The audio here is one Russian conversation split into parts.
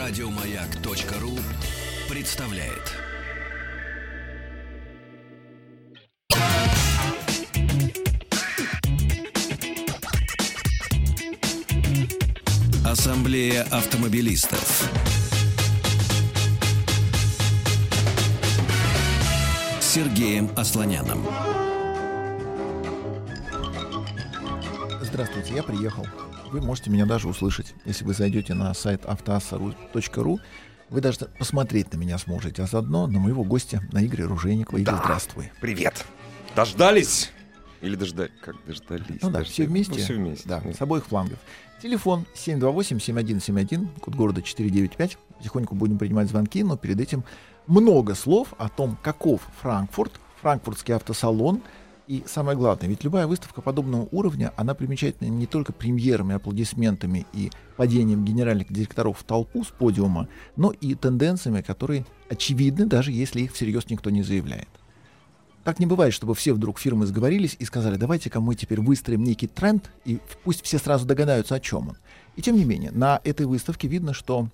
Радиомаяк.ру представляет. Ассамблея автомобилистов. С Сергеем Асланяном. Здравствуйте, я приехал. Вы можете меня даже услышать. Если вы зайдете на сайт автоаса.ру, вы даже посмотреть на меня сможете, а заодно на моего гостя, на Игоря Ружейникова. Игорь, здравствуй. Привет. Дождались? Или дождались? Как дождались? Ну да, все вместе. Все вместе. Да, с обоих флангов. Телефон 728-7171, код города 495. Потихоньку будем принимать звонки, но перед этим много слов о том, каков Франкфурт, франкфуртский автосалон. И самое главное, ведь любая выставка подобного уровня, она примечательна не только премьерами, аплодисментами и падением генеральных директоров в толпу с подиума, но и тенденциями, которые очевидны, даже если их всерьез никто не заявляет. Так не бывает, чтобы все вдруг фирмы сговорились и сказали, давайте-ка мы теперь выстроим некий тренд, и пусть все сразу догадаются, о чем он. И тем не менее, на этой выставке видно, что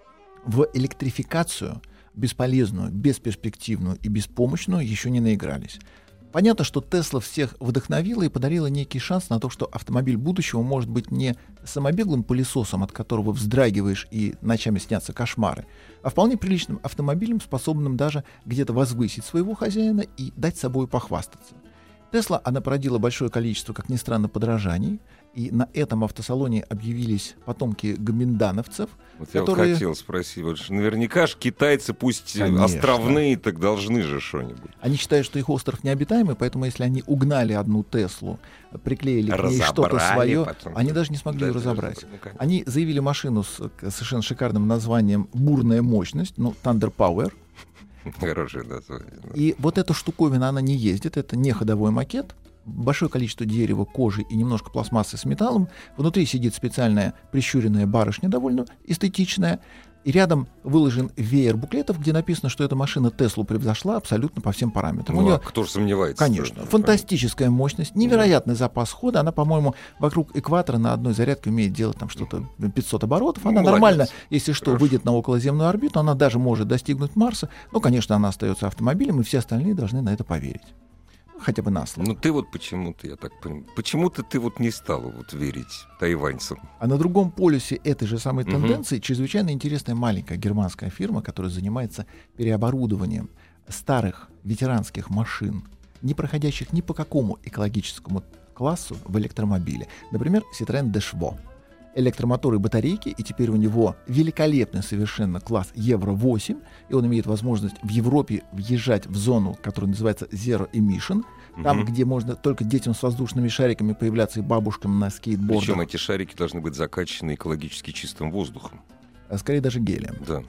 в электрификацию бесполезную, бесперспективную и беспомощную еще не наигрались. Понятно, что Тесла всех вдохновила и подарила некий шанс на то, что автомобиль будущего может быть не самобеглым пылесосом, от которого вздрагиваешь и ночами снятся кошмары, а вполне приличным автомобилем, способным даже где-то возвысить своего хозяина и дать собой похвастаться. Тесла, она породила большое количество, как ни странно, подражаний, и на этом автосалоне объявились потомки гоминдановцев, вот которые... я вот хотел спросить, вот наверняка же китайцы, пусть Конечно. Островные, так должны же что-нибудь. Они считают, что их остров необитаемый, поэтому если они угнали одну Теслу, приклеили к ней что-то свое, потом, они даже не смогли ее разобрать. Ну, Они заявили машину с совершенно шикарным названием «Бурная мощность», ну, Thunder Power. Хорошее название. И вот эта штуковина, она не ездит, это не ходовой макет. Большое количество дерева, кожи и немножко пластмассы с металлом. Внутри сидит специальная прищуренная барышня, довольно эстетичная. И рядом выложен веер буклетов, где написано, что эта машина Теслу превзошла абсолютно по всем параметрам. Ну, У нее, кто же сомневается? конечно, фантастическая мощность, невероятный запас хода. Она, по-моему, вокруг экватора на одной зарядке умеет делать там что-то 500 оборотов. Она нормально, если что, выйдет на околоземную орбиту. Она даже может достигнуть Марса. Но, конечно, она остается автомобилем, и все остальные должны на это поверить. Хотя бы на слово. Ну ты вот почему-то, я так понимаю, почему-то ты вот не стал вот верить тайваньцам. А на другом полюсе этой же самой тенденции чрезвычайно интересная маленькая германская фирма, которая занимается переоборудованием старых ветеранских машин, не проходящих ни по какому экологическому классу в электромобиле. Например, Citroën D2. Электромоторы и батарейки, и теперь у него великолепный совершенно класс Евро-8, и он имеет возможность в Европе въезжать в зону, которая называется Zero Emission, там, где можно только детям с воздушными шариками появляться и бабушкам на скейтбордах. Причем эти шарики должны быть закачаны экологически чистым воздухом. А скорее даже гелием. Да.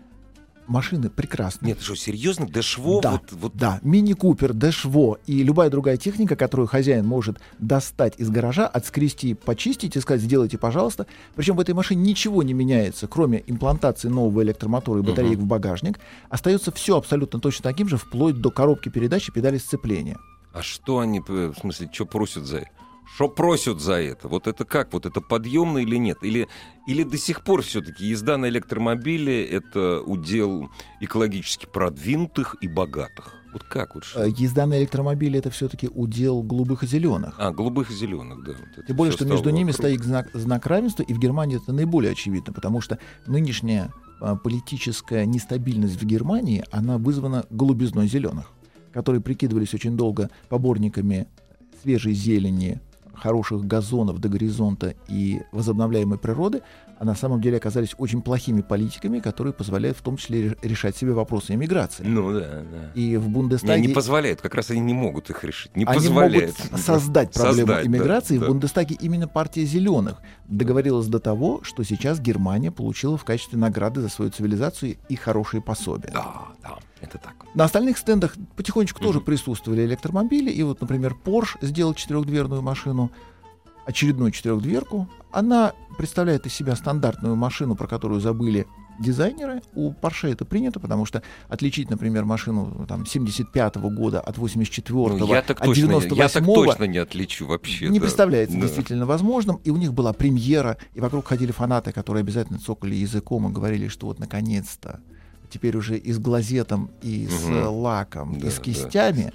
Машины прекрасные. Нет, что, серьезно? Дэшво? Да, да. Мини-купер, Дэшво и любая другая техника, которую хозяин может достать из гаража, отскрести, почистить и сказать, сделайте, пожалуйста. Причем в этой машине ничего не меняется, кроме имплантации нового электромотора и батареек в багажник. Остается все абсолютно точно таким же, вплоть до коробки передач и педали сцепления. А что они, в смысле, что просят за это? Что просят за это? Вот это как? Вот это подъемно или нет? Или до сих пор все-таки езда на электромобиле — это удел экологически продвинутых и богатых? Вот как? Вот что? Езда на электромобиле — это все-таки удел голубых и зеленых. Голубых и зеленых, да. Вот тем более, что между ними вокруг. стоит знак равенства, и в Германии это наиболее очевидно, потому что нынешняя политическая нестабильность в Германии, она вызвана голубизной зеленых, которые прикидывались очень долго поборниками свежей зелени, хороших газонов до горизонта и возобновляемой природы, а на самом деле оказались очень плохими политиками, которые позволяют в том числе решать себе вопросы иммиграции. Ну да. И в Бундестаге... Не позволяют, как раз они не могут их решить. Не они позволяют. Могут создать проблему иммиграции. Да. В Бундестаге именно партия зеленых договорилась до того, что сейчас Германия получила в качестве награды за свою цивилизацию и хорошие пособия. Да, это так. На остальных стендах потихонечку тоже присутствовали электромобили. И вот, например, Porsche сделал четырехдверную машину, очередную четырехдверку. Она представляет из себя стандартную машину, про которую забыли дизайнеры. У Porsche это принято, потому что отличить, например, машину там 75-го года от 84-го, от 98-го... Я так точно не отличу вообще. Не представляется действительно возможным. И у них была премьера, и вокруг ходили фанаты, которые обязательно цокали языком и говорили, что вот наконец-то теперь уже и с глазетом, и с лаком, и с кистями.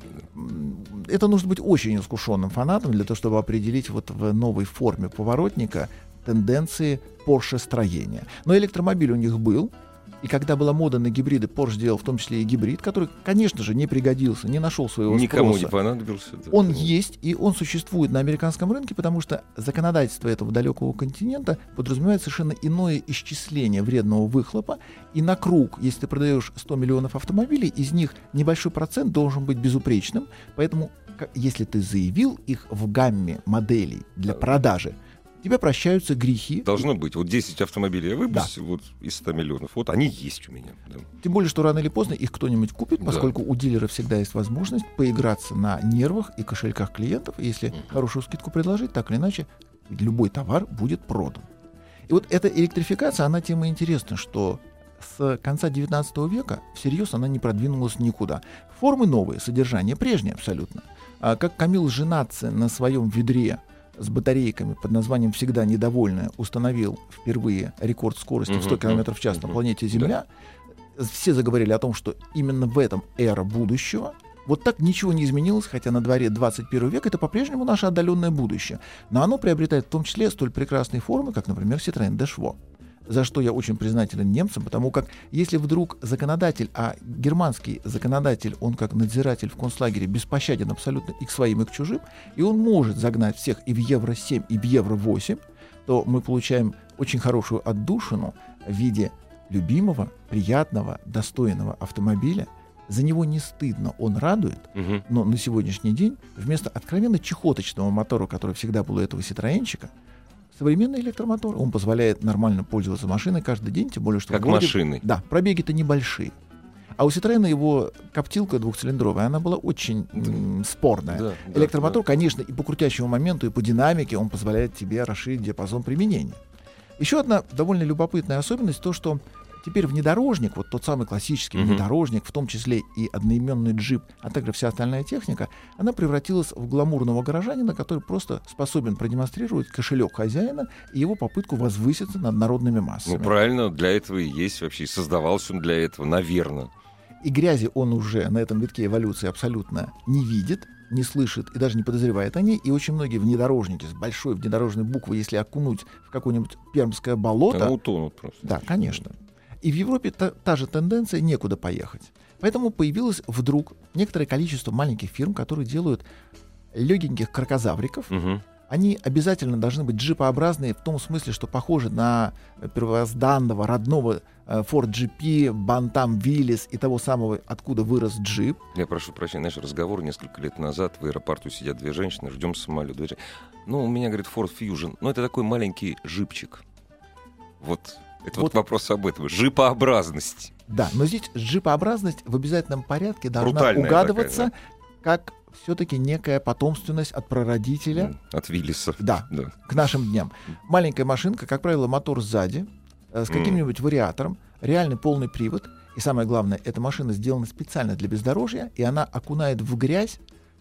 Это нужно быть очень искушенным фанатом для того, чтобы определить вот в новой форме поворотника тенденции Porsche строения. Но электромобиль у них был, и когда была мода на гибриды, Porsche делал в том числе и гибрид, который, конечно же, не пригодился, не нашел своего никому спроса. Не понадобился. Он есть, и он существует на американском рынке, потому что законодательство этого далекого континента подразумевает совершенно иное исчисление вредного выхлопа, и на круг, если ты продаешь 100 миллионов автомобилей, из них небольшой процент должен быть безупречным, поэтому если ты заявил их в гамме моделей для продажи, тебе прощаются грехи. Должно быть. Вот 10 автомобилей я выпустил вот из 100 миллионов. Вот они есть у меня. Да. Тем более, что рано или поздно их кто-нибудь купит, поскольку у дилера всегда есть возможность поиграться на нервах и кошельках клиентов. И если хорошую скидку предложить, так или иначе, любой товар будет продан. И вот эта электрификация, она тем и интересна, что с конца 19 века всерьез она не продвинулась никуда. Формы новые, содержание прежнее абсолютно. А как Камил Женатце на своем ведре с батарейками под названием «Всегда недовольная» установил впервые рекорд скорости в 100 км в час на планете Земля, все заговорили о том, что именно в этом эра будущего. Вот так ничего не изменилось, хотя на дворе 21 век это по-прежнему наше отдаленное будущее. Но оно приобретает в том числе столь прекрасные формы, как, например, Citroën D2. За что я очень признателен немцам, потому как если вдруг законодатель, а германский законодатель, он как надзиратель в концлагере беспощаден абсолютно и к своим, и к чужим, и он может загнать всех и в Евро-7, и в Евро-8, то мы получаем очень хорошую отдушину в виде любимого, приятного, достойного автомобиля. За него не стыдно, он радует, но на сегодняшний день вместо откровенно чехоточного мотора, который всегда был у этого Citroёнчика, современный электромотор, он позволяет нормально пользоваться машиной каждый день, тем более, что... Как машиной. Да, пробеги-то небольшие. А у Citroёна его коптилка двухцилиндровая, она была очень спорная. Электромотор, конечно, и по крутящему моменту, и по динамике он позволяет тебе расширить диапазон применения. Еще одна довольно любопытная особенность, то, что теперь внедорожник, вот тот самый классический внедорожник, в том числе и одноименный джип, а также вся остальная техника, она превратилась в гламурного горожанина, который просто способен продемонстрировать кошелек хозяина и его попытку возвыситься над народными массами. Ну, правильно, для этого и есть вообще, создавался он для этого, наверное. И грязи он уже на этом витке эволюции абсолютно не видит, не слышит и даже не подозревает о ней. И очень многие внедорожники с большой внедорожной буквы, если окунуть в какое-нибудь пермское болото... Они утонут просто. Да, конечно. И в Европе та же тенденция — некуда поехать. Поэтому появилось вдруг некоторое количество маленьких фирм, которые делают легеньких кракозавриков. Они обязательно должны быть джипообразные в том смысле, что похожи на первозданного, родного Ford GP, Bantam Willys и того самого, откуда вырос джип. Я прошу прощения, наш разговор несколько лет назад. В аэропорту сидят две женщины, ждем самолет. Ну, у меня, говорит, Ford Fusion. Ну, это такой маленький джипчик. Вот... Это вот вопрос об этом. Джипообразность. Да, но здесь джипообразность в обязательном порядке должна угадываться как все-таки некая потомственность от прародителя. От Виллиса. Да, к нашим дням. Маленькая машинка, как правило, мотор сзади, с каким-нибудь вариатором, реальный полный привод. И самое главное, эта машина сделана специально для бездорожья, и она окунает в грязь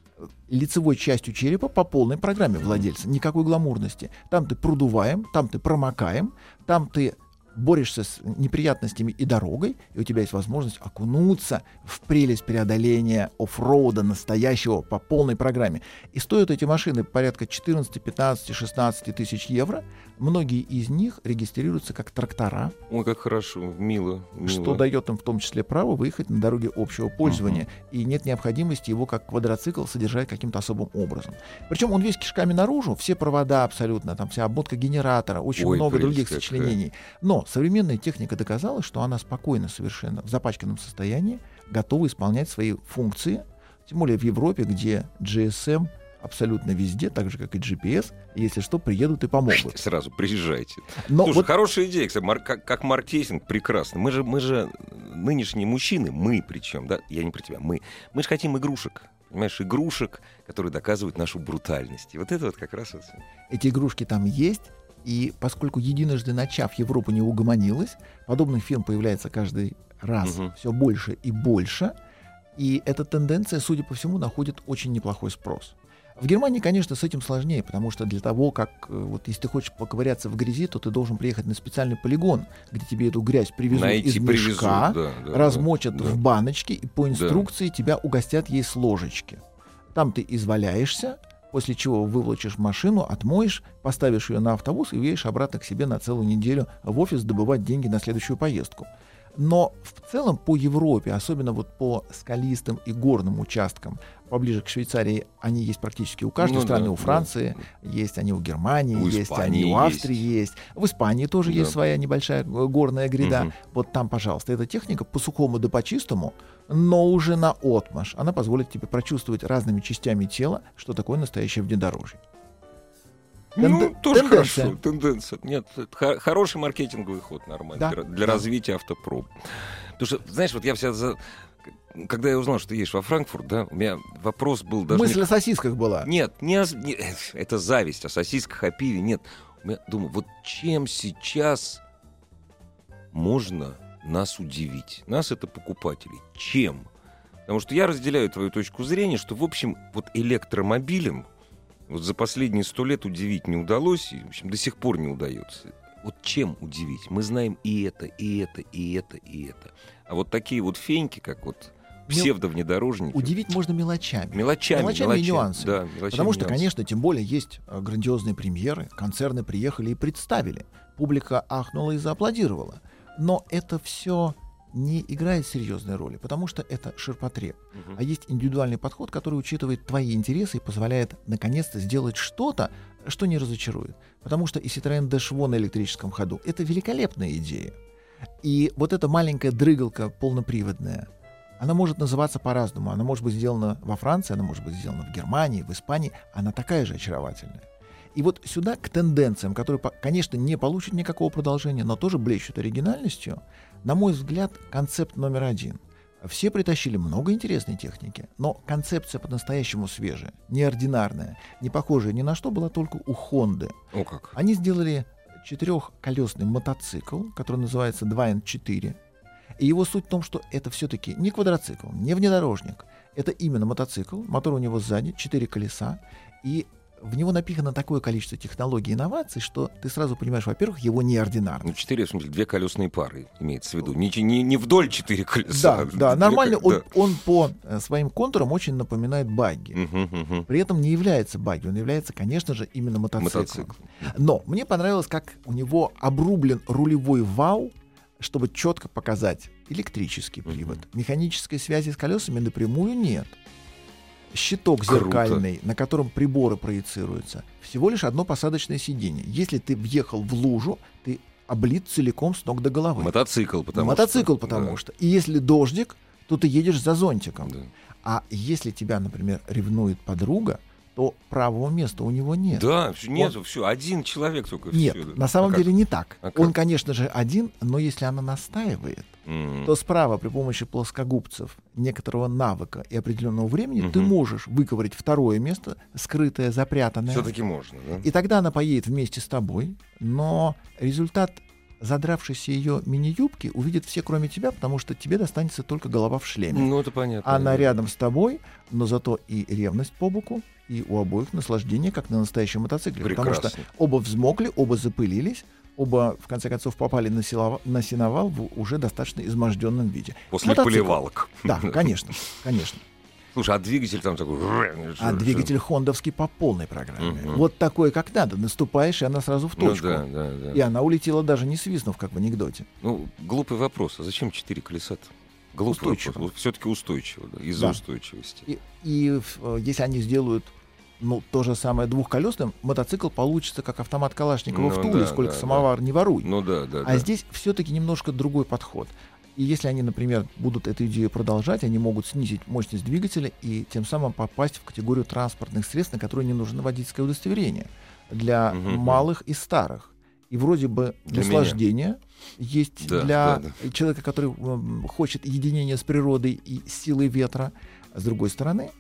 лицевой частью черепа по полной программе владельца. Никакой гламурности. Там ты продуваем, там ты промокаем, там ты борешься с неприятностями и дорогой, и у тебя есть возможность окунуться в прелесть преодоления оффроуда настоящего по полной программе. И стоят эти машины порядка 14, 15, 16 тысяч евро. Многие из них регистрируются как трактора. Ой, как хорошо, мило. Что дает им в том числе право выехать на дороге общего пользования. И нет необходимости его как квадроцикл содержать каким-то особым образом. Причем он весь кишками наружу, все провода абсолютно, там вся обмотка генератора, очень много других сочленений. Но современная техника доказала, что она спокойно совершенно в запачканном состоянии готова исполнять свои функции, тем более в Европе, где GSM абсолютно везде, так же, как и GPS, и если что, приедут и помогут. Сразу приезжайте. Но слушай, вот... хорошая идея, как маркетинг, прекрасно. Мы же нынешние мужчины, мы причем, да, я не про тебя, мы же хотим игрушек. Понимаешь, игрушек, которые доказывают нашу брутальность. И вот это вот как раз... Эти игрушки там есть, И поскольку единожды начав, Европа не угомонилась, подобных фирм появляется каждый раз все больше и больше. И эта тенденция, судя по всему, находит очень неплохой спрос. В Германии, конечно, с этим сложнее, потому что для того, как вот если ты хочешь поковыряться в грязи, то ты должен приехать на специальный полигон, где тебе эту грязь привезут из мешка, размочат в баночке и по инструкции тебя угостят ей с ложечки. Там ты изваляешься, после чего выволочишь машину, отмоешь, поставишь ее на автобус и уедешь обратно к себе на целую неделю в офис добывать деньги на следующую поездку. Но в целом по Европе, особенно вот по скалистым и горным участкам, поближе к Швейцарии, они есть практически у каждой страны. У Франции есть они, у Германии у есть Испании они, у Австрии есть. В Испании тоже есть своя небольшая горная гряда. Вот там, пожалуйста, эта техника по сухому да по чистому, но уже на отмашь. Она позволит тебе прочувствовать разными частями тела, что такое настоящее внедорожье. Тоже хорошо. Тенденция. Нет, это хороший маркетинговый ход, нормально, для развития автопром. Потому что, знаешь, вот я когда я узнал, что ты едешь во Франкфурт, да, у меня вопрос был даже... Мысль о сосисках была. Нет, это зависть, о сосисках, о пиве, нет. Я думаю, вот чем сейчас можно нас удивить? Нас, это покупателей. Чем? Потому что я разделяю твою точку зрения, что, в общем, вот электромобилем вот за последние 100 лет удивить не удалось, и, в общем, до сих пор не удается. Вот чем удивить? Мы знаем и это, и это, и это, и это. А вот такие вот феньки, как вот псевдовнедорожники... Удивить можно мелочами. Мелочами и нюансами. Да, потому что, конечно, тем более есть грандиозные премьеры, концерны приехали и представили. Публика ахнула и зааплодировала. Но это все не играет серьезной роли, потому что это ширпотреб. А есть индивидуальный подход, который учитывает твои интересы и позволяет наконец-то сделать что-то, что не разочарует. Потому что и Citroën Dash на электрическом ходу — это великолепная идея. И вот эта маленькая дрыгалка полноприводная, она может называться по-разному. Она может быть сделана во Франции, она может быть сделана в Германии, в Испании. Она такая же очаровательная. И вот сюда, к тенденциям, которые, конечно, не получат никакого продолжения, но тоже блещут оригинальностью, на мой взгляд, концепт номер один. Все притащили много интересной техники, но концепция по-настоящему свежая, неординарная, не похожая ни на что, была только у Honda. О как. Они сделали 4-колесный мотоцикл, который называется 2N4. И его суть в том, что это все-таки не квадроцикл, не внедорожник. Это именно мотоцикл, мотор у него сзади, 4 колеса, и в него напихано такое количество технологий и инноваций, что ты сразу понимаешь, во-первых, его неординарно. Ну, 4, в смысле, 2 колесные пары имеется в виду. Не вдоль 4 колеса. Да, нормально. Он по своим контурам очень напоминает багги. При этом не является багги, он является, конечно же, именно мотоциклом. Но мне понравилось, как у него обрублен рулевой вал, чтобы четко показать электрический привод. Механической связи с колесами напрямую нет. Щиток зеркальный, на котором приборы проецируются. Всего лишь одно посадочное сиденье. Если ты въехал в лужу, ты облит целиком с ног до головы. Мотоцикл, потому что. И если дождик, то ты едешь за зонтиком. Да. А если тебя, например, ревнует подруга, то правого места у него нет. Да, нету, все, один человек только. Нет, все. на самом деле не так. Как? Он, конечно же, один, но если она настаивает, то справа при помощи плоскогубцев, некоторого навыка и определенного времени ты можешь выковырять второе место, скрытое, запрятанное. Все-таки можно, да? И тогда она поедет вместе с тобой, но результат задравшейся ее мини-юбки увидят все, кроме тебя, потому что тебе достанется только голова в шлеме. Ну, это понятно. Она рядом с тобой, но зато и ревность по боку, и у обоих наслаждение, как на настоящем мотоцикле. Прекрасно. Потому что оба взмокли, оба запылились, оба, в конце концов, попали на сеновал в уже достаточно изможденном виде. После поливалок. Да, конечно, конечно. Слушай, а двигатель там такой... А двигатель хондовский по полной программе. Вот такой, как надо. Наступаешь, и она сразу в точку. Ну, да. И она улетела, даже не свистнув, как в анекдоте. Ну, глупый вопрос. А зачем 4 колеса-то? Глупый вопрос. Все-таки устойчиво, да, из-за устойчивости. И если они сделают то же самое двухколесным, мотоцикл получится как автомат Калашникова в Туле, сколько самовар не воруй. А здесь все-таки немножко другой подход. И если они, например, будут эту идею продолжать, они могут снизить мощность двигателя и тем самым попасть в категорию транспортных средств, на которые не нужно водительское удостоверение для малых и старых. И вроде бы наслаждение есть для человека, который хочет единения с природой и силой ветра. А с другой стороны,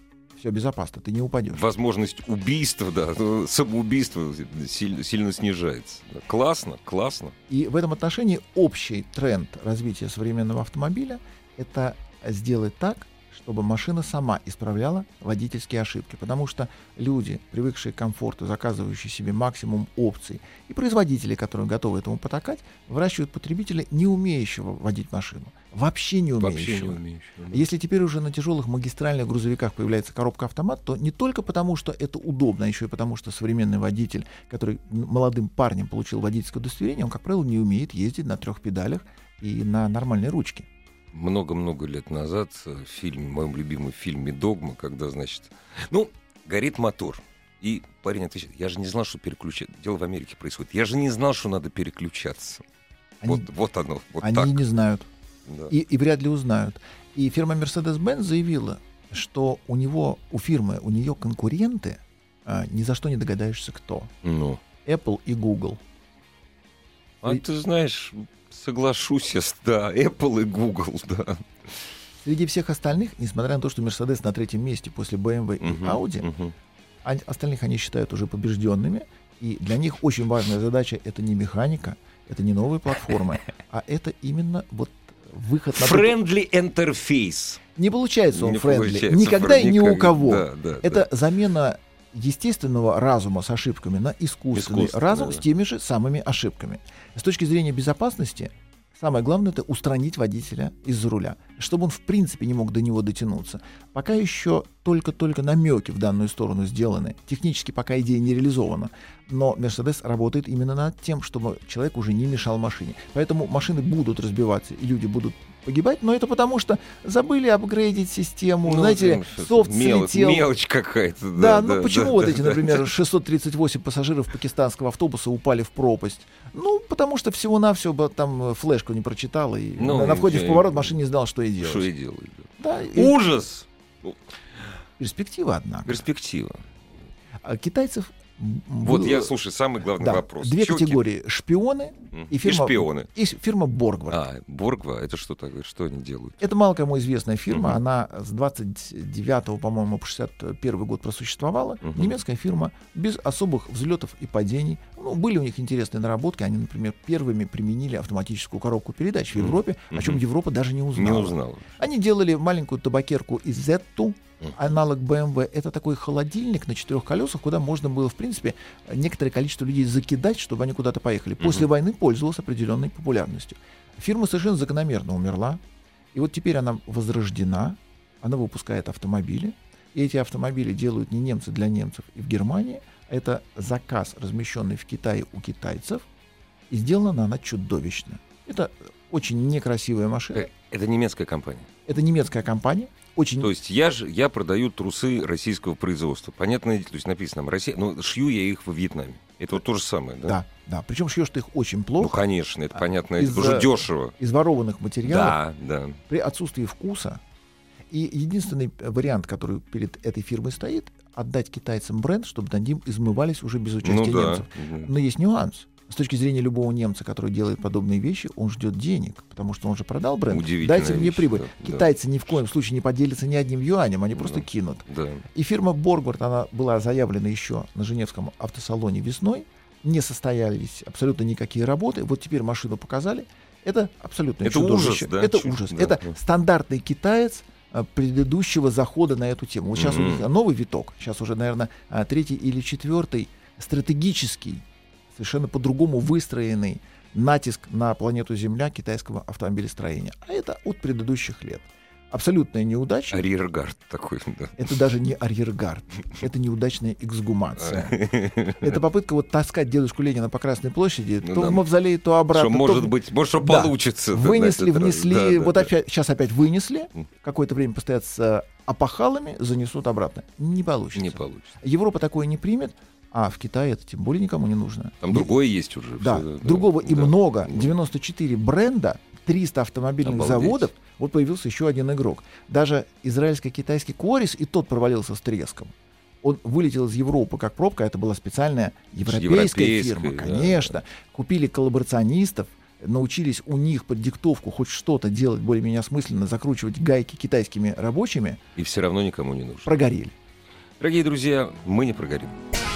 все безопасно, ты не упадешь. Возможность убийства, да, самоубийства сильно снижается. Классно, классно. И в этом отношении общий тренд развития современного автомобиля — это сделать так, чтобы машина сама исправляла водительские ошибки. Потому что люди, привыкшие к комфорту, заказывающие себе максимум опций, и производители, которые готовы этому потакать, выращивают потребителя, не умеющего водить машину. Вообще не умеющего. Да. Если теперь уже на тяжелых магистральных грузовиках появляется коробка-автомат, то не только потому, что это удобно, а еще и потому, что современный водитель, который молодым парнем получил водительское удостоверение, он, как правило, не умеет ездить на 3 педалях и на нормальной ручке. Много-много лет назад в фильме, в моем любимом фильме «Догма», когда, значит, горит мотор, и парень отвечает: я же не знал, что переключать. Дело в Америке происходит. Я же не знал, что надо переключаться. Вот оно, вот они так. Не знают. Да. И вряд ли узнают. И фирма Mercedes-Benz заявила, что у нее конкуренты, ни за что не догадаешься кто. Apple и Google. Ты знаешь, соглашусь я, да, Apple и Google, да. Среди всех остальных, несмотря на то, что Mercedes на 3-м месте после BMW и Audi, остальных они считают уже побежденными, и для них очень важная задача — это не механика, это не новые платформы, а это именно вот выход на... Friendly интерфейс. Не получается он friendly. Никогда и ни у кого. Да, это замена естественного разума с ошибками на искусственный разум с теми же самыми ошибками. С точки зрения безопасности, самое главное — это устранить водителя из-за руля, чтобы он в принципе не мог до него дотянуться. Пока еще только намеки в данную сторону сделаны. Технически пока идея не реализована. Но Mercedes работает именно над тем, чтобы человек уже не мешал машине. Поэтому машины будут разбиваться, и люди будут погибать, но это потому, что забыли апгрейдить систему. Знаете, софт слетел. Мелочь какая-то. Да, почему эти, например, 638 пассажиров пакистанского автобуса упали в пропасть? Потому что всего-навсего там флешку не прочитала, и на входе в поворот машина не знала, что ей делать. Что ей делать? Да, ужас! Перспектива, однако. Перспектива. А китайцев... Слушай, самый главный вопрос. 2 категории: шпионы и фирма Borgward. Borgward, это что такое? Что они делают? Это мало кому известная фирма. Она с 29-го, по-моему, по 61 год просуществовала. Немецкая фирма, без особых взлетов и падений. Были у них интересные наработки. Они, например, первыми применили автоматическую коробку передач в Европе, о чем Европа даже не узнала. Они делали маленькую табакерку из Zетtu, аналог BMW. Это такой холодильник на 4 колесах, куда можно было, в принципе, некоторое количество людей закидать, чтобы они куда-то поехали. После войны пользовалась определенной популярностью. Фирма совершенно закономерно умерла. И вот теперь она возрождена. Она выпускает автомобили. И эти автомобили делают не немцы для немцев и в Германии. Это заказ, размещенный в Китае у китайцев. И сделана она чудовищно. Это очень некрасивая машина. Это немецкая компания? Это немецкая компания. То есть я продаю трусы российского производства. Понятно, то есть написано Россия, но шью я их во Вьетнаме. Это вот то же самое, да? Да. Причем шьешь ты их очень плохо. Конечно, это понятно, это уже дешево. Из ворованных материалов. Да. При отсутствии вкуса. И единственный вариант, который перед этой фирмой стоит, отдать китайцам бренд, чтобы над ним измывались уже без участия немцев. Но есть нюанс. С точки зрения любого немца, который делает подобные вещи, он ждет денег, потому что он же продал бренд. Дайте мне прибыль. Китайцы ни в коем случае не поделятся ни одним юанем, они просто кинут. И фирма Borgward, она была заявлена еще на Женевском автосалоне весной, не состоялись абсолютно никакие работы. Вот теперь машину показали. Это абсолютно чудовище. Это ужас. Это стандартный китаец предыдущего захода на эту тему. Вот сейчас у них новый виток, сейчас уже, наверное, 3-й или 4-й стратегический, совершенно по-другому выстроенный натиск на планету Земля китайского автомобилестроения. А это от предыдущих лет. Абсолютная неудача. Арьергард такой, да. Это даже не арьергард. Это неудачная эксгумация. Это попытка таскать дедушку Ленина по Красной площади, то в мавзолей, то обратно. Может, что получится. Вынесли, внесли. Сейчас опять вынесли. Какое-то время постоят с опахалами, занесут обратно. Не получится. Европа такое не примет. А в Китае это тем более никому не нужно. Там другое есть уже. Да, другого и много. 94 бренда, 300 автомобильных заводов. Вот появился еще один игрок. Даже израильско-китайский Корис, и тот провалился с треском. Он вылетел из Европы как пробка. Это была специальная европейская фирма. Конечно. Купили коллаборационистов, научились у них под диктовку хоть что-то делать более-менее осмысленно, закручивать гайки китайскими рабочими. И все равно никому не нужно. Прогорели. Дорогие друзья, мы не прогорим.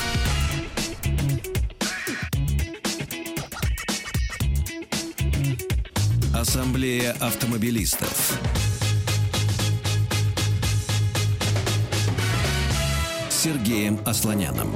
Ассамблея автомобилистов. С Сергеем Асланяном.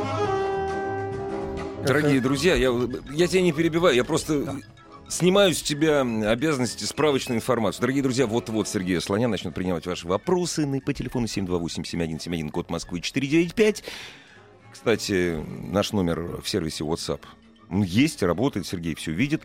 Дорогие друзья, я тебя не перебиваю, я просто снимаю с тебя обязанности справочной информации. Дорогие друзья, вот-вот Сергей Асланян начнет принимать ваши вопросы по телефону 728-7171, код Москвы 495. Кстати, наш номер в сервисе WhatsApp есть, работает, Сергей все видит.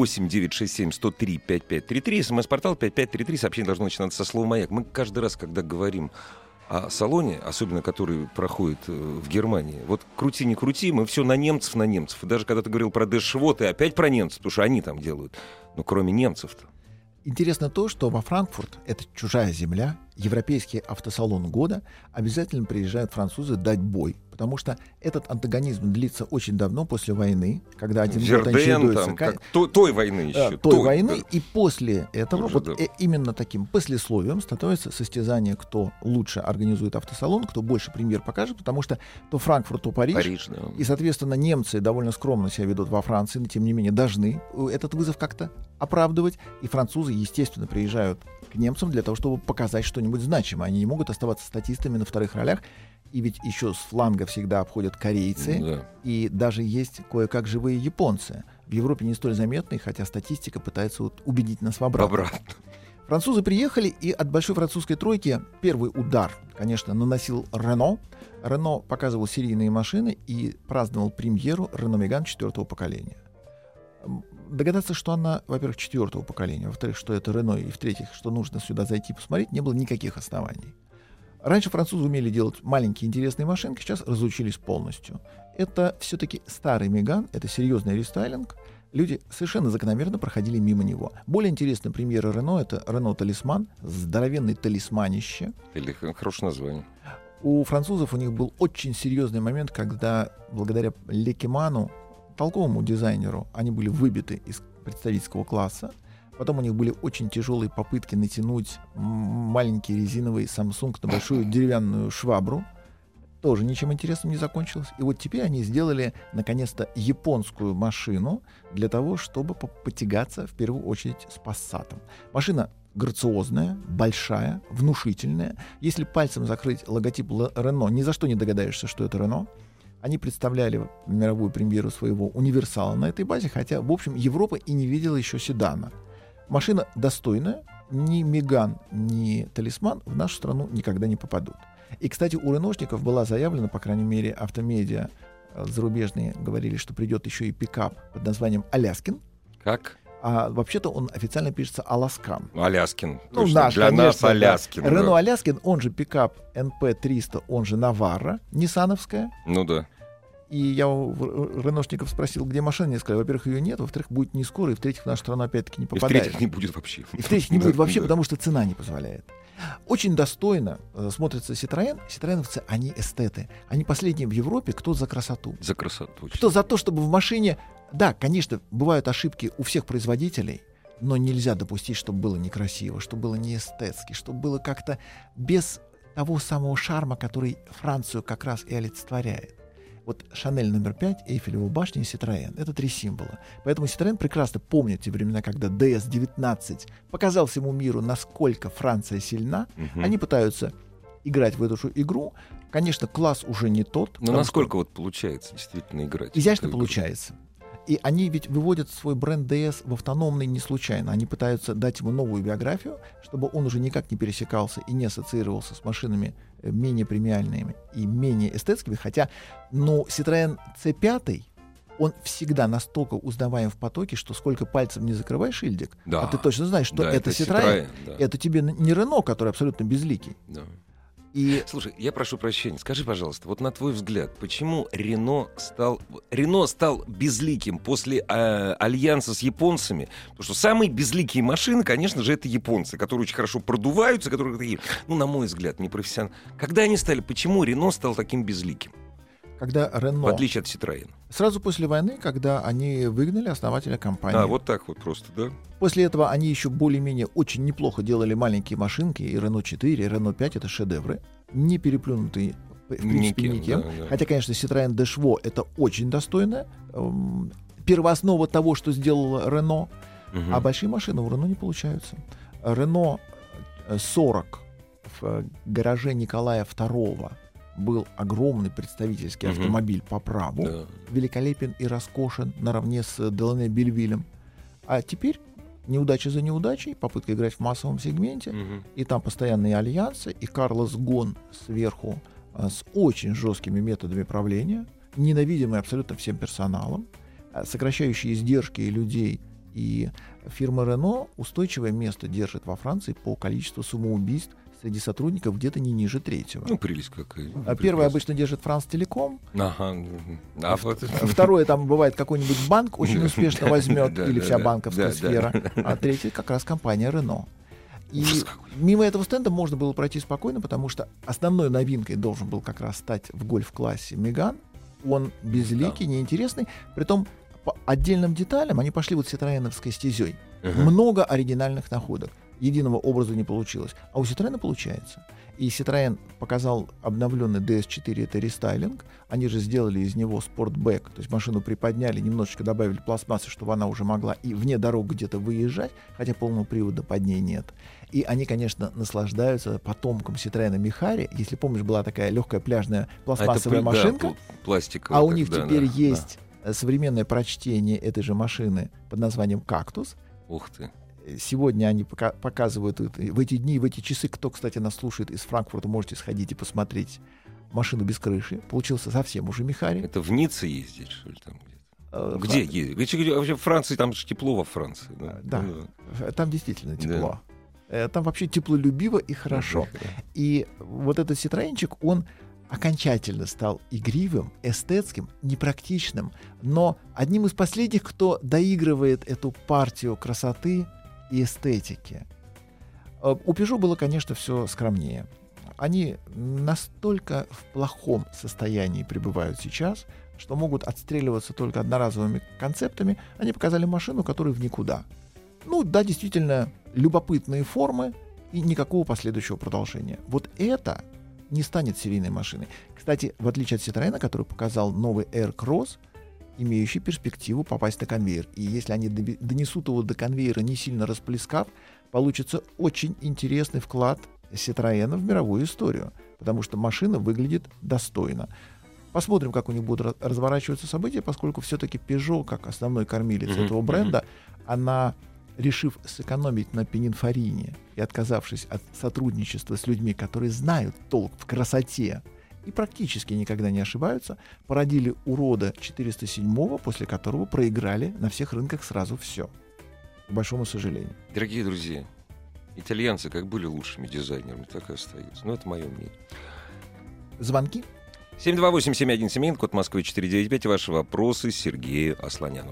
8-967-103-5533. СМС-портал 5533. Сообщение должно начинаться со слова «Маяк». Мы каждый раз, когда говорим о салоне, особенно который проходит в Германии, вот крути не крути, мы все на немцев. И даже когда ты говорил про Дэшво, ты опять про немцев, потому что они там делают. Но кроме немцев-то. Интересно то, что во Франкфурт, это чужая земля, европейский автосалон года, обязательно приезжают французы дать бой. Потому что этот антагонизм длится очень давно, после войны, когда один год они чередуются. Той войны еще. Той войны. Да. И после этого, уже, вот да. Именно таким послесловием становится состязание, кто лучше организует автосалон, кто больше премьер покажет, потому что то Франкфурт, то Париж. Да. И, соответственно, немцы довольно скромно себя ведут во Франции, но, тем не менее, должны этот вызов как-то оправдывать. И французы, естественно, приезжают к немцам для того, чтобы показать что-нибудь значимое. Они не могут оставаться статистами на вторых ролях. И ведь еще с фланга всегда обходят корейцы, да. И даже есть кое-как живые японцы. В Европе не столь заметные, хотя статистика пытается убедить нас в обратном. Французы приехали, и от большой французской тройки первый удар, конечно, наносил Рено. Рено показывал серийные машины и праздновал премьеру Рено Меган 4-го поколения. Догадаться, что она, во-первых, 4-го поколения, во-вторых, что это Рено, и в-третьих, что нужно сюда зайти и посмотреть, не было никаких оснований. Раньше французы умели делать маленькие интересные машинки, сейчас разучились полностью. Это все-таки старый Меган, это серьезный рестайлинг. Люди совершенно закономерно проходили мимо него. Более интересная премьера Рено — это Рено Талисман, здоровенный талисманище. Или хорошее название. У французов у них был очень серьезный момент, когда благодаря Лекеману, толковому дизайнеру, они были выбиты из представительского класса. Потом у них были очень тяжелые попытки натянуть маленький резиновый Samsung на большую деревянную швабру. Тоже ничем интересным не закончилось. И вот теперь они сделали, наконец-то, японскую машину для того, чтобы потягаться, в первую очередь, с Passat'ом. Машина грациозная, большая, внушительная. Если пальцем закрыть логотип Renault, ни за что не догадаешься, что это Renault. Они представляли мировую премьеру своего универсала на этой базе, хотя, в общем, Европа и не видела еще седана. Машина достойная, ни Меган, ни Талисман в нашу страну никогда не попадут. И, кстати, у реношников была заявлена, по крайней мере, автомедиа зарубежные говорили, что придет еще и пикап под названием Аляскин. Как? А вообще-то он официально пишется Аляскан. Аляскин. Ну, наш, для конечно, нас Аляскин. Да. Рено Аляскин, он же пикап NP300, он же Наварра, ниссановская. Ну да. И я у реношников спросил, где машина, мне сказали, во-первых, ее нет, во-вторых, будет не скоро, и в-третьих, в нашу страну опять-таки не попадает. И в-третьих, не будет вообще. И в-третьих, не будет вообще, потому что цена не позволяет. Очень достойно смотрится Citroën. Citroёновцы, они эстеты. Они последние в Европе. Кто за красоту? За красоту. Кто за то, чтобы в машине... Да, конечно, бывают ошибки у всех производителей, но нельзя допустить, чтобы было некрасиво, чтобы было не эстетски, чтобы было как-то без того самого шарма, который Францию как раз и олицетворяет. Вот Шанель номер 5, Эйфелева башня и Citroën. Это 3 символа. Поэтому Citroën прекрасно помнит те времена, когда DS-19 показал всему миру, насколько Франция сильна. Угу. Они пытаются играть в эту же игру. Конечно, класс уже не тот. Но насколько вот получается действительно играть? Изящно получается. И они ведь выводят свой бренд DS в автономный не случайно. Они пытаются дать ему новую биографию, чтобы он уже никак не пересекался и не ассоциировался с машинами менее премиальными и менее эстетскими. Хотя, Citroën C5, он всегда настолько узнаваем в потоке, что сколько пальцем не закрывай шильдик, да, а ты точно знаешь, что это Citroën. Да. Это тебе не Renault, который абсолютно безликий. Да. Слушай, я прошу прощения, скажи, пожалуйста, вот на твой взгляд, почему Рено стал безликим после альянса с японцами? Потому что самые безликие машины, конечно же, это японцы, которые очень хорошо продуваются, которые такие, на мой взгляд, непрофессиональные. Когда они стали, почему Рено стал таким безликим? Когда Renault, в отличие от Citroën. Сразу после войны, когда они выгнали основателя компании. Вот так вот просто, да? После этого они еще более-менее очень неплохо делали маленькие машинки, и Renault 4, и Renault 5 — это шедевры, не переплюнутые в принципе, никем. Да. Хотя, конечно, Citroën Deshvo — это очень достойно. Первооснова того, что сделала Renault. А большие машины у Renault не получаются. Renault 40 в гараже Николая II был огромный представительский автомобиль по праву. Да. Великолепен и роскошен наравне с Делане Бельвилем. А теперь неудача за неудачей, попытка играть в массовом сегменте, и там постоянные альянсы, и Карлос Гон сверху с очень жесткими методами правления, ненавидимый абсолютно всем персоналом, сокращающие издержки людей. И фирма Renault устойчивое место держит во Франции по количеству самоубийств среди сотрудников где-то не ниже 3-го. Ну, прелесть какая. Первое обычно держит France Telecom. Ага. Второе, там бывает какой-нибудь банк очень успешно возьмет, или вся банковская сфера. А третье как раз компания Renault. И мимо этого стенда можно было пройти спокойно, потому что основной новинкой должен был как раз стать в гольф-классе Меган. Он безликий, неинтересный. Притом по отдельным деталям они пошли вот ситроеновской стезей. Много оригинальных находок. Единого образа не получилось. А у Citroёn получается. И Citroёn показал обновленный DS4, это рестайлинг. Они же сделали из него спортбэк, то есть машину приподняли, немножечко добавили пластмассы, чтобы она уже могла и вне дорог где-то выезжать, хотя полного привода под ней нет. И они, конечно, наслаждаются потомком Citroёn Mehari. Если помнишь, была такая легкая пляжная пластмассовая машинка. Пластиковая. А у них теперь есть современное прочтение этой же машины под названием «Кактус». Ух ты. Сегодня они показывают в эти дни, в эти часы, кто, кстати, нас слушает из Франкфурта, можете сходить и посмотреть машину без крыши. Получился совсем уже Мехари. Это в Ницце ездить, что ли, там где? Где ездить? Вообще в Франции, там же тепло во Франции. Да, там действительно тепло. Там вообще теплолюбиво и хорошо. И вот этот Citroёнчик, он окончательно стал игривым, эстетским, непрактичным, но одним из последних, кто доигрывает эту партию красоты и эстетики. У Peugeot было, конечно, все скромнее. Они настолько в плохом состоянии пребывают сейчас, что могут отстреливаться только одноразовыми концептами. Они показали машину, которая в никуда. Ну да, действительно, любопытные формы и никакого последующего продолжения. Вот это не станет серийной машиной. Кстати, в отличие от Citroёn, который показал новый Air-Cross, имеющий перспективу попасть на конвейер. И если они донесут его до конвейера, не сильно расплескав, получится очень интересный вклад Citroёn в мировую историю, потому что машина выглядит достойно. Посмотрим, как у них будут разворачиваться события, поскольку все-таки Peugeot, как основной кормилец этого бренда, она, решив сэкономить на пининфарине и отказавшись от сотрудничества с людьми, которые знают толк в красоте и практически никогда не ошибаются, породили урода 407-го, после которого проиграли на всех рынках сразу все. К большому сожалению. Дорогие друзья, итальянцы как были лучшими дизайнерами, так и остаются. Но это мое мнение. Звонки? 728-7171, код Москвы 495. Ваши вопросы Сергею Асланяну.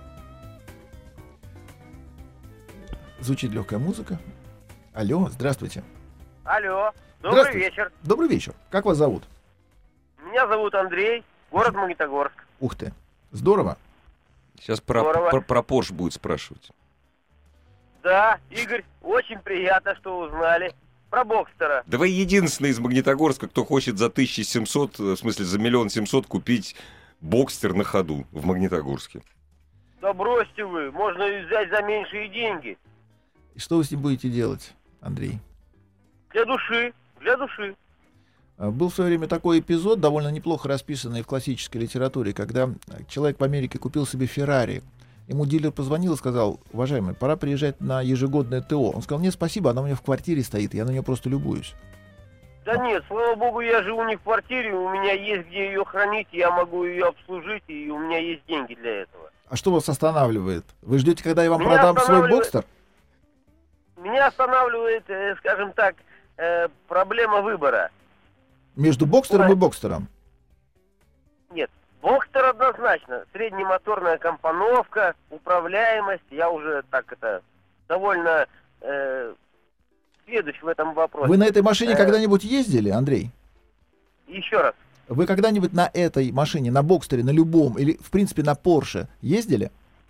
Звучит легкая музыка. Алло, здравствуйте. Алло, добрый вечер. Добрый вечер. Как вас зовут? Меня зовут Андрей, город Магнитогорск. Ух ты, здорово. Сейчас про Porsche будет спрашивать. Да, Игорь, очень приятно, что узнали. Про Бокстера. Да вы единственный из Магнитогорска, кто хочет за 1700, в смысле за 1 700 000 купить Бокстер на ходу в Магнитогорске. Да бросьте вы, можно взять за меньшие деньги. И что вы с ним будете делать, Андрей? Для души, для души. Был в свое время такой эпизод, довольно неплохо расписанный в классической литературе, когда человек в Америке купил себе Феррари. Ему дилер позвонил и сказал: уважаемый, пора приезжать на ежегодное ТО. Он сказал: нет, спасибо, она у меня в квартире стоит, я на нее просто любуюсь. Да нет, слава богу, я живу не в квартире, у меня есть где ее хранить, я могу ее обслужить, и у меня есть деньги для этого. А что вас останавливает? Вы ждете, когда я вам продам свой Бокстер? Меня останавливает, скажем так, проблема выбора. Между Бокстером и Бокстером? Нет, Бокстер однозначно. Среднемоторная компоновка, управляемость. Я уже так довольно сведущ в этом вопросе. Вы на этой машине когда-нибудь ездили, Андрей? Еще раз. Вы когда-нибудь на этой машине, на Бокстере, на любом, или, в принципе, на Порше ездили?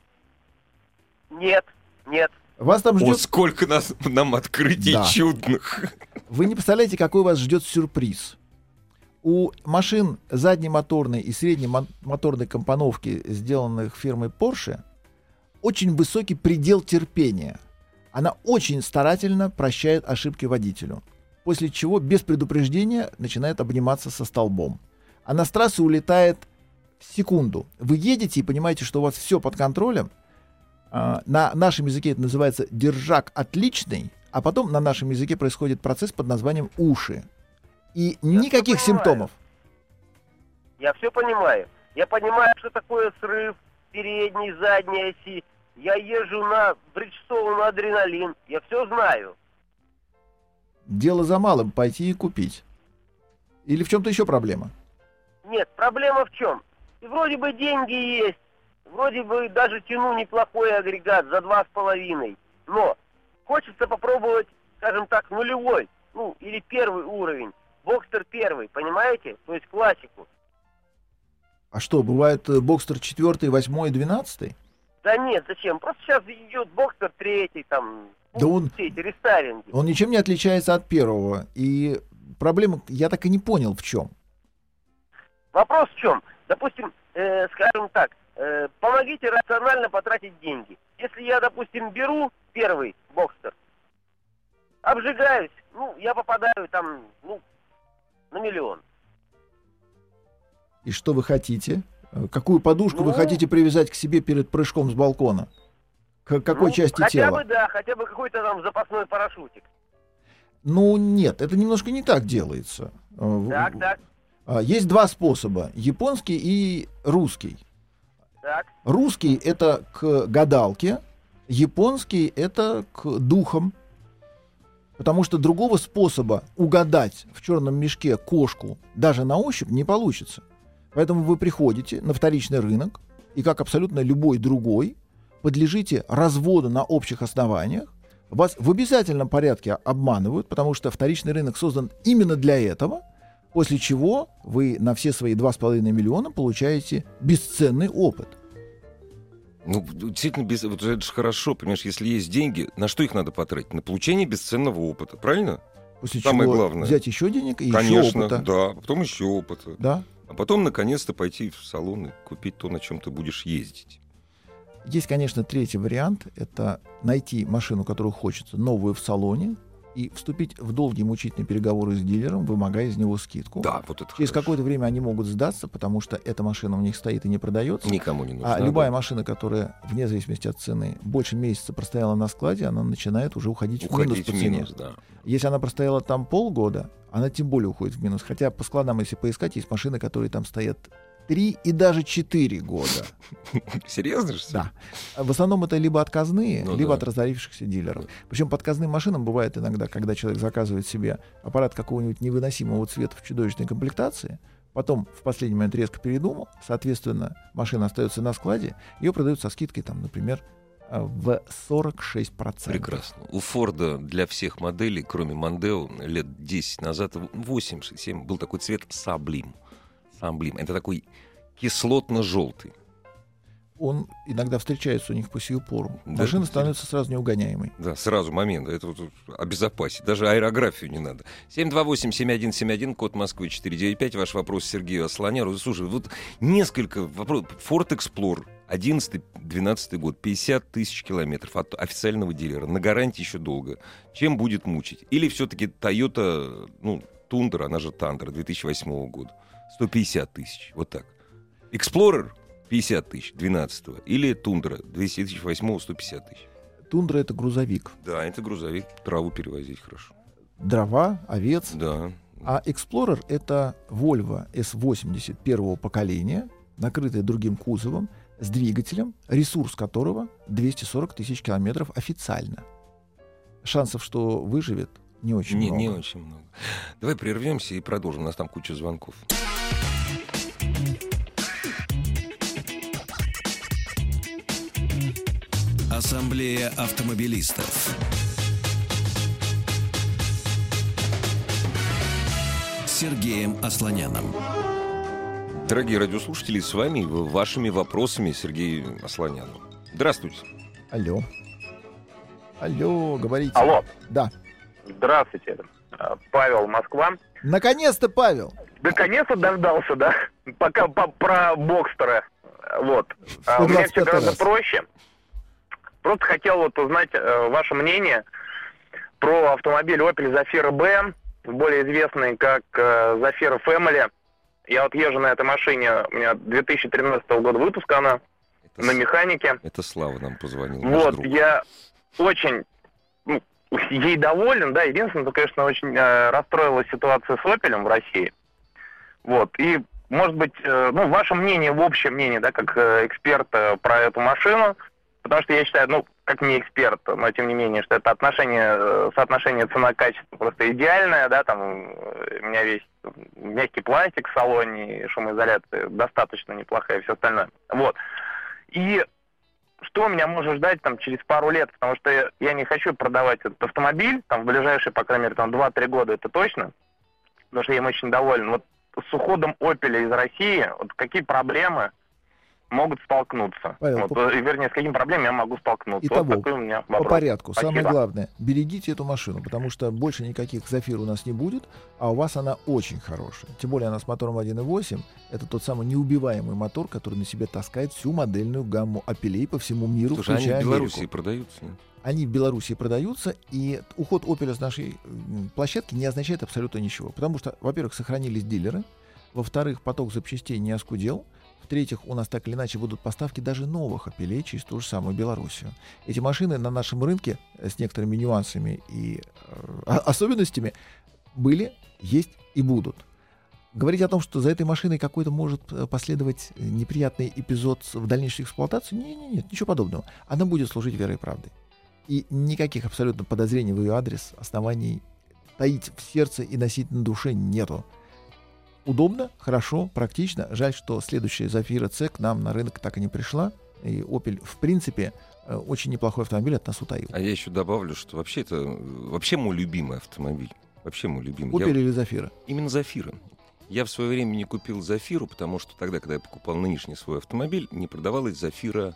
Нет, нет. Вас там ждет... О, сколько нам открытий чудных. Вы не представляете, какой вас ждет сюрприз. У машин заднемоторной и среднемоторной компоновки, сделанных фирмой Porsche, очень высокий предел терпения. Она очень старательно прощает ошибки водителю, после чего без предупреждения начинает обниматься со столбом. Она с трассы улетает в секунду. Вы едете и понимаете, что у вас все под контролем. На нашем языке это называется «держак отличный», а потом на нашем языке происходит процесс под названием «уши». И никаких симптомов. Я все понимаю. Я понимаю, что такое срыв передней, задней оси. Я езжу на Бриджстоун на адреналин. Я все знаю. Дело за малым — пойти и купить. Или в чем-то еще проблема? Нет, проблема в чем? И вроде бы деньги есть. Вроде бы даже тяну неплохой агрегат за 2,5. Но хочется попробовать, скажем так, нулевой. Ну, или первый уровень. Бокстер первый, понимаете? То есть классику. А что, бывает Бокстер 4, 8, 12? Да нет, зачем? Просто сейчас идет Бокстер 3, там, Да он, все эти рестайлинги. он ничем не отличается от первого. И проблема, я так и не понял, в чем. Вопрос в чем? Допустим, скажем так, помогите рационально потратить деньги. Если я, допустим, беру первый Бокстер, обжигаюсь, ну, я попадаю там, ну, на миллион. И что вы хотите? Какую подушку вы хотите привязать к себе перед прыжком с балкона? К какой части хотя тела? бы, да, хотя бы какой-то там запасной парашютик. Ну, нет, это немножко не так делается. Так. Есть два способа. Японский и русский. Так. Русский — это к гадалке, японский — это к духам. Потому что другого способа угадать в черном мешке кошку даже на ощупь не получится. Поэтому вы приходите на вторичный рынок и, как абсолютно любой другой, подлежите разводу на общих основаниях. Вас в обязательном порядке обманывают, потому что вторичный рынок создан именно для этого, после чего вы на все свои 2,5 миллиона получаете бесценный опыт. Ну, действительно, вот это же хорошо, понимаешь, если есть деньги, на что их надо потратить? На получение бесценного опыта, правильно? После Самое чего главное. взять еще денег и Конечно, еще опыта. да, потом еще опыта. Да. А потом, наконец-то, пойти в салон и купить то, на чем ты будешь ездить. Есть, конечно, третий вариант. Это найти машину, которую хочется, новую в салоне, и вступить в долгие мучительные переговоры с дилером, вымогая из него скидку. Да, вот это Через хорошо. какое-то время они могут сдаться, потому что эта машина у них стоит и не продается. Никому не нужна. А любая машина, которая, вне зависимости от цены, больше месяца простояла на складе, она начинает уже уходить в минус по цене. да. Если она простояла там полгода, она тем более уходит в минус. Хотя по складам, если поискать, есть машины, которые там стоят 3 и даже 4 года. Серьезно, что ли? Да. В основном это либо отказные, Ну либо да. от разорившихся дилеров. Причем по отказным машинам бывает иногда, когда человек заказывает себе аппарат какого-нибудь невыносимого цвета в чудовищной комплектации, потом в последний момент резко передумал, соответственно, машина остается на складе, ее продают со скидкой, там, например, в 46%. Прекрасно. У Форда для всех моделей, кроме Мондео, лет 10 назад, 8-7, был такой цвет Саблим. Саблим. Это такой кислотно-желтый. Он иногда встречается у них по сию пору. Да, Машина это становится сразу неугоняемой. Да, сразу момент. Это вот обезопасить. Даже аэрографию не надо. 728-7171, код Москвы 495. Ваш вопрос Сергею Асланяру. Слушай, вот несколько вопросов. Ford Explorer, 11-12 год, 50 тысяч километров от официального дилера. На гарантии еще долго. Чем будет мучить? Или все-таки Toyota, Тундра, она же Тандра, 2008 года. 150 тысяч. Вот так. Explorer 50 тысяч, 12-го. Или Тундра, 2008-го, 150 тысяч. Тундра — это грузовик. Да, это грузовик, траву перевозить хорошо. Дрова, овец. Да. А Explorer — это Volvo S80 первого поколения, накрытая другим кузовом, с двигателем, ресурс которого 240 тысяч километров официально. Шансов, что выживет, не очень много. Не очень много. Давай прервемся и продолжим. У нас там куча звонков. Ассамблея автомобилистов. С Сергеем Асланяном. Дорогие радиослушатели, с вами вашими вопросами Сергей Асланяну. Здравствуйте. Алло. Алло, говорите. Алло. Да. Здравствуйте. Павел, Москва. Наконец-то, Павел. Наконец-то дождался, да? Пока про Бокстера. Вот. У меня все гораздо проще. Просто хотел вот узнать ваше мнение про автомобиль Opel Zafira B, более известный как Zafira Family. Я вот езжу на этой машине, у меня 2013 года выпуска она, на механике. Это Слава нам позвонил. Вот, я очень ей доволен, да, единственное, что, конечно, очень расстроилась ситуация с Opel в России. Вот, и, может быть, ваше мнение, общее мнение, да, как эксперта про эту машину, потому что я считаю, как не эксперт, но тем не менее, что это соотношение цена-качество просто идеальное, да, там у меня весь мягкий пластик в салоне, шумоизоляция достаточно неплохая и все остальное. Вот. И что меня может ждать там через пару лет, потому что я не хочу продавать этот автомобиль, там в ближайшие, по крайней мере, там 2-3 года, это точно, потому что я им очень доволен. Вот с уходом Opel из России, вот какие проблемы могут столкнуться. Павел, вернее, с какими проблемами я могу столкнуться. Итого, вот такой у меня вопрос. По порядку. Спасибо. Самое главное, берегите эту машину, потому что больше никаких Zafira у нас не будет, а у вас она очень хорошая. Тем более она с мотором 1.8. Это тот самый неубиваемый мотор, который на себе таскает всю модельную гамму Opel по всему миру, Слушай, включая они в Беларуси Америку. продаются? Нет? Они в Беларуси продаются, и уход Opel с нашей площадки не означает абсолютно ничего. Потому что, во-первых, сохранились дилеры, во-вторых, поток запчастей не оскудел, в-третьих, у нас так или иначе будут поставки даже новых Opel через ту же самую Белоруссию. Эти машины на нашем рынке с некоторыми нюансами и особенностями были, есть и будут. Говорить о том, что за этой машиной какой-то может последовать неприятный эпизод в дальнейшей эксплуатации, нет, ничего подобного. Она будет служить верой и правдой. И никаких абсолютно подозрений в ее адрес, оснований таить в сердце и носить на душе нету. Удобно, хорошо, практично. Жаль, что следующая Zafira C к нам на рынок так и не пришла. И Opel, в принципе, очень неплохой автомобиль от нас утаил. А я еще добавлю, что вообще мой любимый автомобиль. Вообще мой любимый. Opel или Zafira? Именно Zafira. Я в свое время не купил Zafira, потому что тогда, когда я покупал нынешний свой автомобиль, не продавалась Zafira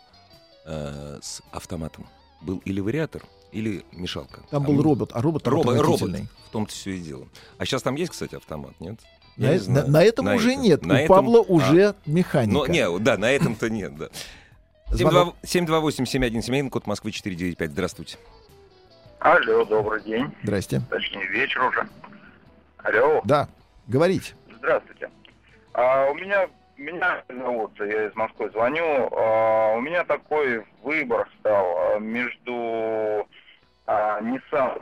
с автоматом. Был или вариатор, или мешалка. Там был робот отвратительный. Робот, в том-то все и дело. А сейчас там есть, кстати, автомат, нет? На этом уже нет. У Павла уже механика. На этом-то нет, да. 728-7171, код Москвы 495. Здравствуйте. Алло, добрый день. Здрасте. Точнее, вечер уже. Алло. Да, говорите. Здравствуйте. Меня зовут, я из Москвы звоню. У меня такой выбор стал между Nissan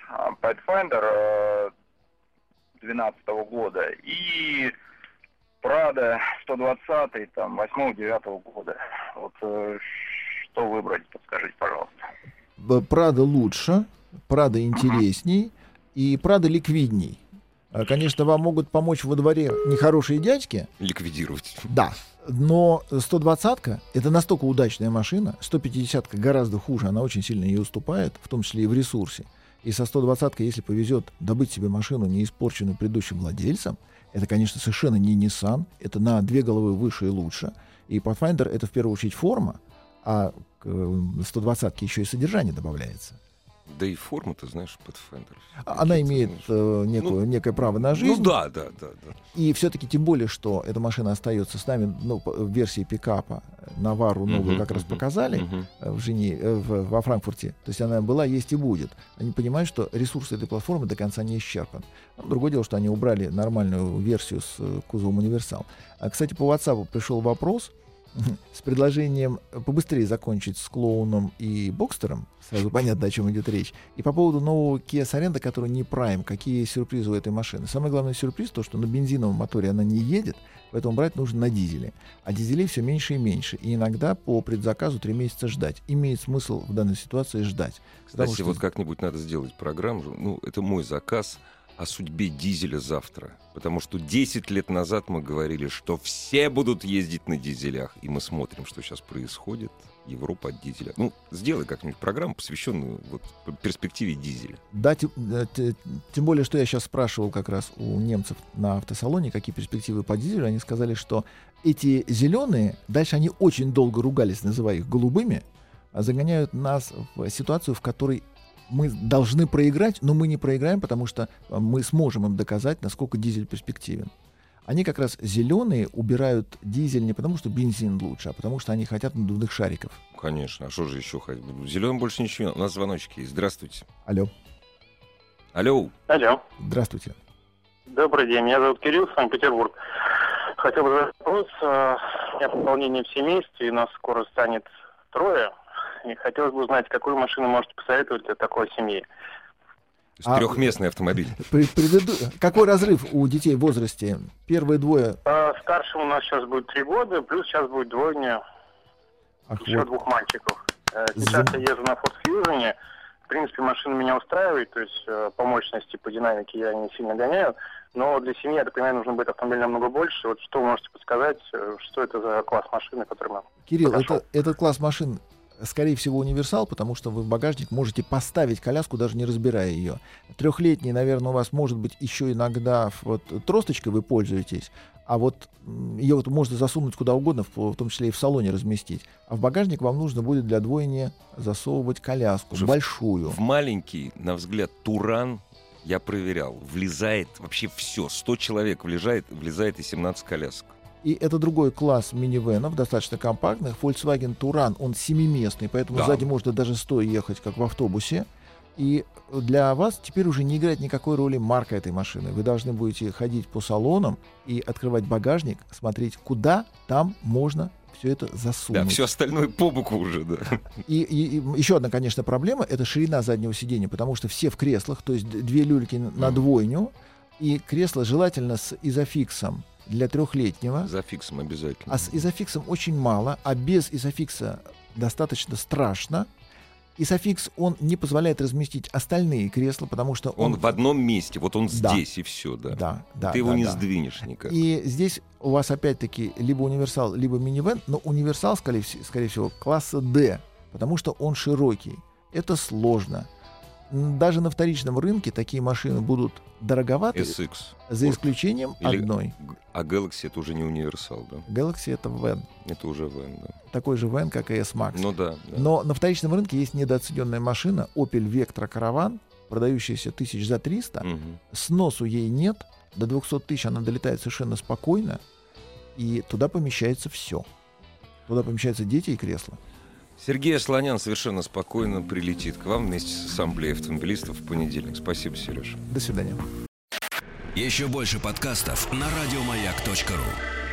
Pathfinder 2012 года и Prado 120 там 8-9 года. Вот что выбрать, подскажите, пожалуйста. Prado лучше, Prado интересней и Prado ликвидней. Конечно, вам могут помочь во дворе нехорошие дядьки. Ликвидировать. Да. Но 120-ка — это настолько удачная машина. 150-ка гораздо хуже, она очень сильно ей уступает, в том числе и в ресурсе. И со 120-кой, если повезет добыть себе машину, не испорченную предыдущим владельцем, это, конечно, совершенно не Nissan, это на 2 головы выше и лучше. И Pathfinder — это в первую очередь форма, а к 120-ке еще и содержание добавляется. Да и форма, ты знаешь, Pathfinder. Она имеет некое право на жизнь. Да. И все-таки тем более, что эта машина остается с нами, в версии пикапа. Навару новую как раз показали во Франкфурте. То есть она была, есть и будет. Они понимают, что ресурс этой платформы до конца не исчерпан. Другое дело, что они убрали нормальную версию с кузовом универсал. Кстати, по WhatsApp пришел вопрос с предложением побыстрее закончить с клоуном и Бокстером. Сразу понятно, о чем идет речь. И по поводу нового Kia Sorento, который не Prime, какие сюрпризы у этой машины. Самый главный сюрприз то, что на бензиновом моторе она не едет, поэтому брать нужно на дизеле. А дизелей все меньше и меньше. И иногда по предзаказу 3 месяца ждать. Имеет смысл в данной ситуации ждать. Кстати, вот как-нибудь надо сделать программу. Это мой заказ о судьбе дизеля завтра. Потому что 10 лет назад мы говорили, что все будут ездить на дизелях. И мы смотрим, что сейчас происходит. Европа от дизеля. Сделай как-нибудь программу, посвященную перспективе дизеля. Да, тем более, что я сейчас спрашивал как раз у немцев на автосалоне, какие перспективы по дизелю. Они сказали, что эти зеленые, дальше они очень долго ругались, называя их голубыми, загоняют нас в ситуацию, в которой мы должны проиграть, но мы не проиграем, потому что мы сможем им доказать, насколько дизель перспективен. Они как раз зеленые убирают дизель не потому, что бензин лучше, а потому что они хотят надувных шариков. Конечно, а что же еще хотят? Зеленым больше ничего. У нас звоночки есть. Здравствуйте. Алло. Алло. Алло. Здравствуйте. Добрый день. Меня зовут Кирилл, Санкт-Петербург. Хотел бы задать вопрос. У меня пополнение в семействе, и нас скоро станет 3. И хотелось бы узнать, какую машину можете посоветовать для такой семьи. То есть трехместный автомобиль. Какой разрыв у детей в возрасте? Первые двое? Старшему у нас сейчас будет 3 года, плюс сейчас будет двойня. Еще 2 мальчиков. Сейчас я езжу на Ford Fusion. В принципе, машина меня устраивает, то есть по мощности, по динамике я не сильно гоняю. Но для семьи, я так понимаю, нужно будет автомобиль намного больше. Вот что вы можете подсказать, что это за класс машины, который мы... Кирилл, этот класс машин, скорее всего, универсал, потому что вы в багажник можете поставить коляску, даже не разбирая ее. 3-летний, наверное, у вас может быть еще иногда вот тросточкой вы пользуетесь, а вот ее вот можно засунуть куда угодно, в том числе и в салоне разместить. А в багажник вам нужно будет для двойни засовывать коляску, большую. В маленький, на взгляд, Туран, я проверял, влезает вообще все. 100 человек влезает и 17 колясок. И это другой класс минивенов, достаточно компактных. Volkswagen Touran, он 7-местный, поэтому сзади можно даже стоя ехать, как в автобусе. И для вас теперь уже не играет никакой роли марка этой машины. Вы должны будете ходить по салонам и открывать багажник, смотреть, куда там можно все это засунуть. Да, все остальное по боку уже, да. И еще одна, конечно, проблема — это ширина заднего сиденья, потому что все в креслах, то есть 2 люльки на двойню, и кресло желательно с изофиксом для 3-летнего. Изофиксом обязательно. А с изофиксом очень мало, а без изофикса достаточно страшно. Изофикс, он не позволяет разместить остальные кресла, потому что он в одном месте, вот он здесь и все, да. Ты его не сдвинешь никак. И здесь у вас опять-таки либо универсал, либо минивэн, но универсал, скорее всего, класса D, потому что он широкий. Это сложно. Даже на вторичном рынке такие машины будут дороговаты, SX. За исключением одной. А Galaxy — это уже не универсал, да? Galaxy — это вэн. Это уже вэн, да. Такой же вэн, как и S-Max. Ну да. Но на вторичном рынке есть недооцененная машина Opel Vectra Caravan, продающаяся 300 000. Сносу ей нет. До 200 000 она долетает совершенно спокойно. И туда помещается все. Туда помещаются дети и кресла. Сергей Асланян совершенно спокойно прилетит к вам вместе с ассамблеей автомобилистов в понедельник. Спасибо, Сереж. До свидания. Еще больше подкастов на радиомаяк.ру.